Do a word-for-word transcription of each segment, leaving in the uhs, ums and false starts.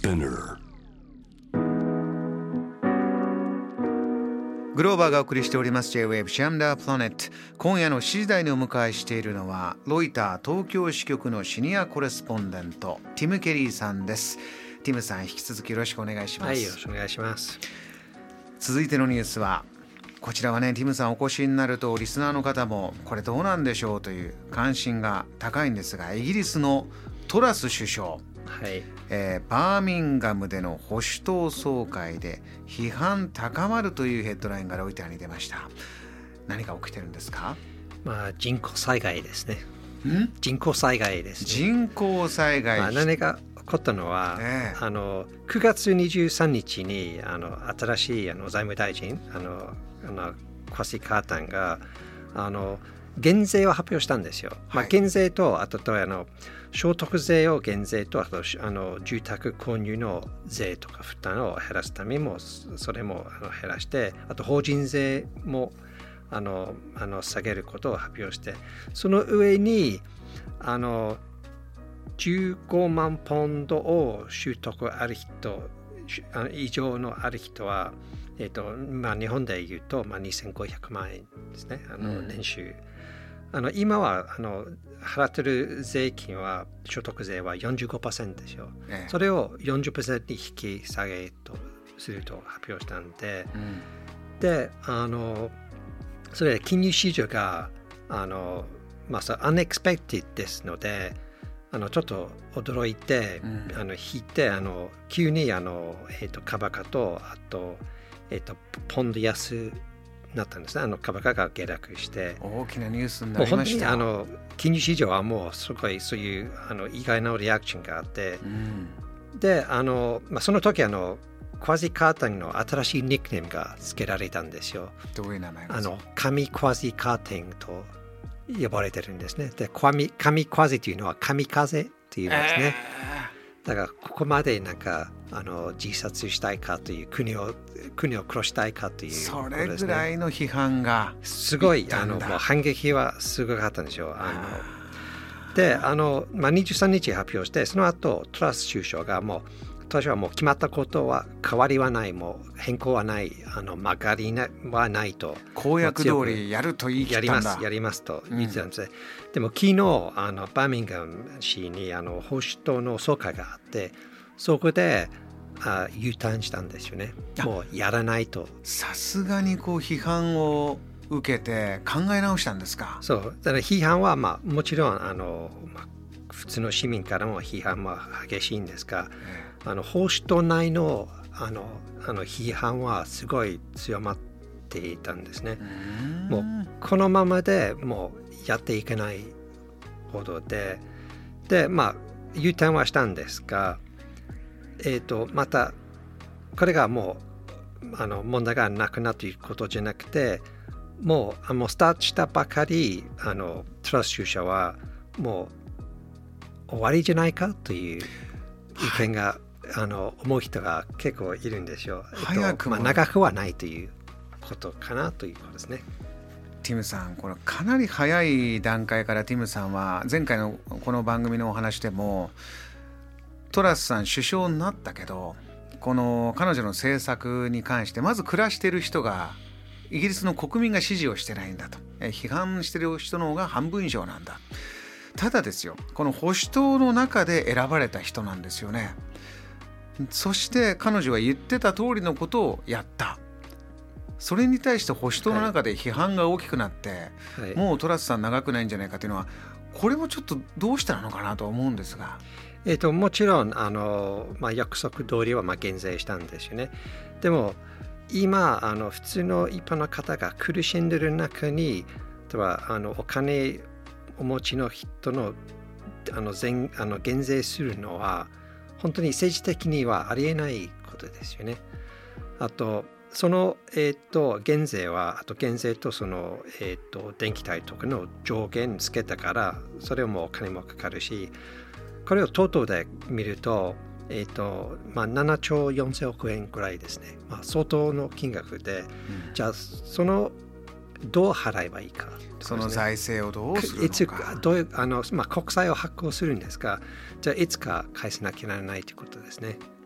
Spinner。 グローバーがお送りしております J-ウェーブ シャムダープラネット。今夜のしちじ台にお迎えしているのはロイター東京支局のシニアコレスポンデントティム・ケリーさんです。ティムさん、引き続きよろしくお願いします。 はい、よろしくお願いします。 続いてのニュースはこちらはね、ティムさんお越しになるとリスナーの方もこれどうなんでしょうという関心が高いんですが、イギリスのトラス首相、 はいえー、バーミンガムでの保守党総会で批判高まるというヘッドラインがロイターに出ました。何が起きてるんですか？ まあ、人口災害ですね。 ん人口災害ですね。 人口災害、 まあ、何が起こったのは、 ええ、 あのくがつにじゅうさんにちにあの新しいあの財務大臣あのあのクワシ・カータンがあの減税を発表したんですよ。まあ、減税とあととあの所得税を減税とあとあの住宅購入の税とか負担を減らすためにもそれもあの減らして、あと法人税もあのあの下げることを発表して、その上にあのじゅうごまんポンドを取得ある人以上のある人は、えーとまあ、日本でいうと、まあ、にせんごひゃくまんえんですね、あの年収、うん、あの今はあの払ってる税金は所得税は よんじゅうごパーセント でしょ、ええ、それを よんじゅっパーセント に引き下げとすると発表したんで、うん、であのそれ金融市場があの、まあ、unexpected ですので、あのちょっと驚いて、うん、あの引いてあの急にあの、えー、と株価とあと、えー、とポンド安なったんですね。あの株価が下落して大きなニュースになりました。 あの金融市場はもうすごいそういうあの意外なリアクションがあって、うん、であの、まあ、その時あのクワシ・カータンの新しいニックネームが付けられたんですよ。 どういう名前ですか？ あの神クワシ・カータンと呼ばれてるんですね。で神クワシというのは神風というんですね、えー、だからここまでなんかあの自殺したいかという国を国を殺したいかという、ね、 それぐらいの批判がすごいあのもう反撃はすごかったんですよ。あのであの、まあ、にじゅうさんにち発表して、その後トラス首相がもう私はもう決まったことは変わりはない、もう変更はない、あの曲がりはないと公約通りやると言い切ったんだ。 やりますやりますと言ってたんです、うん、でも昨日あのバーミンガム市にあの保守党の総会があって、そこであ U ターンしたんですよね。もうやらないと。 さすがにこう批判を受けて考え直したんですか？ そうだから批判は、まあ、もちろんあの、まあ、普通の市民からも批判は激しいんですが、えー、あの保守党内のあのあの批判はすごい強まっていたんですね。もうこのままでもうやっていけないほどで、でまあ U ターンはしたんですが、えーと、またこれがもうあの問題がなくなるということじゃなくて、もう、もうスタートしたばかりあのトラス首相はもう終わりじゃないかという意見が、はい、あの思う人が結構いるんですよ。 早くも、 えっとまあ、長くはないということかなということですね。 ティムさん、これかなり早い段階からティムさんは前回のこの番組のお話でも、トラスさん首相になったけどこの彼女の政策に関してまず暮らしている人がイギリスの国民が支持をしてないんだと、批判している人の方が半分以上なんだ。ただですよ、この保守党の中で選ばれた人なんですよね。そして彼女は言ってた通りのことをやった。それに対して保守党の中で批判が大きくなって、はい、もうトラスさん長くないんじゃないかというのは、これもちょっとどうしたのかなと思うんですが、 えーと、もちろんあの、まあ、約束通りはまあ減税したんですよね。でも今あの普通の一般の方が苦しんでる中に、例えばあのお金お持ちの人のあの全あの減税するのは本当に政治的にはありえないことですよね。あとその、えー、と減税はあと減税とその、えー、と電気代とかの上限つけたから、それもお金もかかるし、これをトータルで見ると、えーとまあ、ななちょうよんせんおくえんぐらいですね、まあ、相当の金額で、うん、じゃあそのどう払えばいいか、ね、 その財政をどうするのか、 いつどういうあの、まあ、国債を発行するんですが、じゃあいつか返さなきゃならないということですね。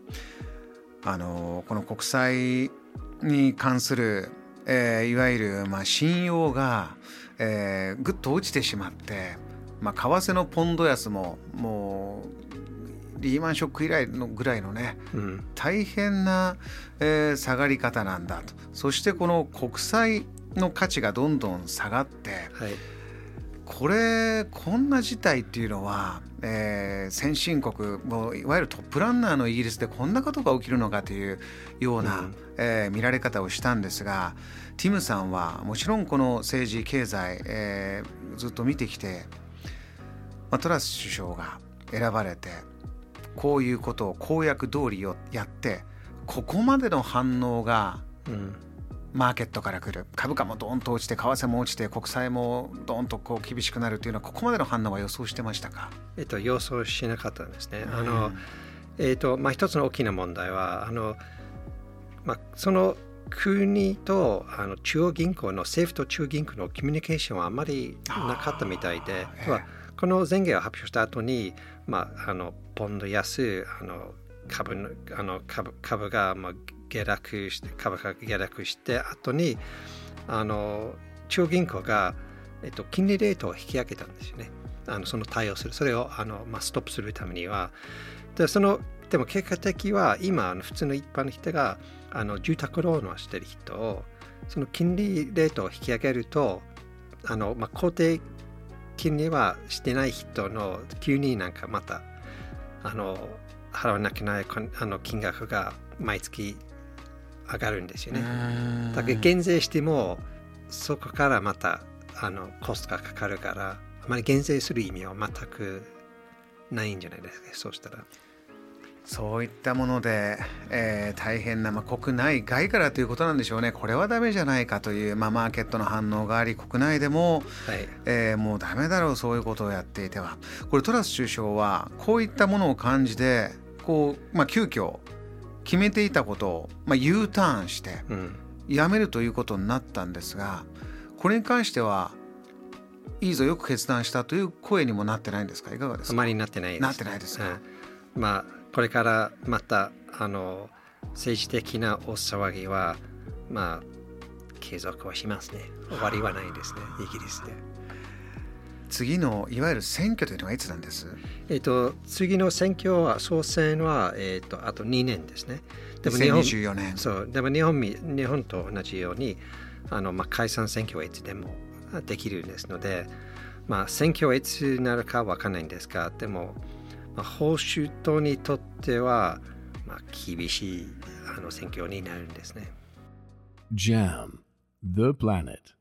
あのこの国債に関する、えー、いわゆる、まあ、信用が、えー、ぐっと落ちてしまって、まあ、為替のポンド安ももうリーマンショック以来のぐらいのね、うん、大変な、えー、下がり方なんだと。そしてこの国債の価値がどんどん下がって、はい、これこんな事態っていうのは、えー、先進国もういわゆるトップランナーのイギリスでこんなことが起きるのかというような、うんえー、見られ方をしたんですが、ティムさんはもちろんこの政治経済、えー、ずっと見てきて、まあ、トラス首相が選ばれてこういうことを公約通りをやってここまでの反応が、うんマーケットから来る、株価もドーンと落ちて為替も落ちて国債もドーンとこう厳しくなるというのはここまでの反応は予想してましたか？ えっと、予想しなかったんですね。あの、えっとまあ、一つの大きな問題はあの、まあ、その国とあの中央銀行の政府と中央銀行のコミュニケーションはあまりなかったみたいで、えー、この前言を発表した後に、まあ、あのポンド安あの 株, のあの 株, 株が、まあ下落して株価が下落して後にあの中央銀行が、えっと、金利レートを引き上げたんですよね。あのその対応するそれをあの、まあ、ストップするためにはでそのでも結果的は今あの普通の一般の人があの住宅ローンをしている人をその金利レートを引き上げるとあの、まあ、固定金利はしてない人の急になんかまたあの払わなきゃないあの金額が毎月上がるんですよね。だから減税してもそこからまたあのコストがかかるからあまり減税する意味は全くないんじゃないですか。そうしたらそういったもので、えー、大変な、まあ、国内外からということなんでしょうね。これはダメじゃないかという、まあ、マーケットの反応があり国内でも、はいえー、もうダメだろうそういうことをやっていてはこれトラス首相はこういったものを感じてこう、まあ、急遽決めていたことを、まあ、U ターンしてやめるということになったんですが、これに関してはいいぞよく決断したという声にもなってないんですか？いかがですか？ あまりなってないです。 なってないですか、 うん、まあこれからまたあの政治的な大騒ぎはまあ継続はしますね。終わりはないですね、イギリスで。 次のいわゆる選挙というのはいつなんです？ えー、と次の選挙は総選は、えー、とあとにねんですね。 でもにせんにじゅうよねんそうでも日本日本と同じようにあの、まあ、解散選挙はいつでもできるんですので、まあ、選挙はいつになるか分からないんですが、でも、まあ、保守党にとっては、まあ、厳しいあの選挙になるんですね。 ジャム The Planet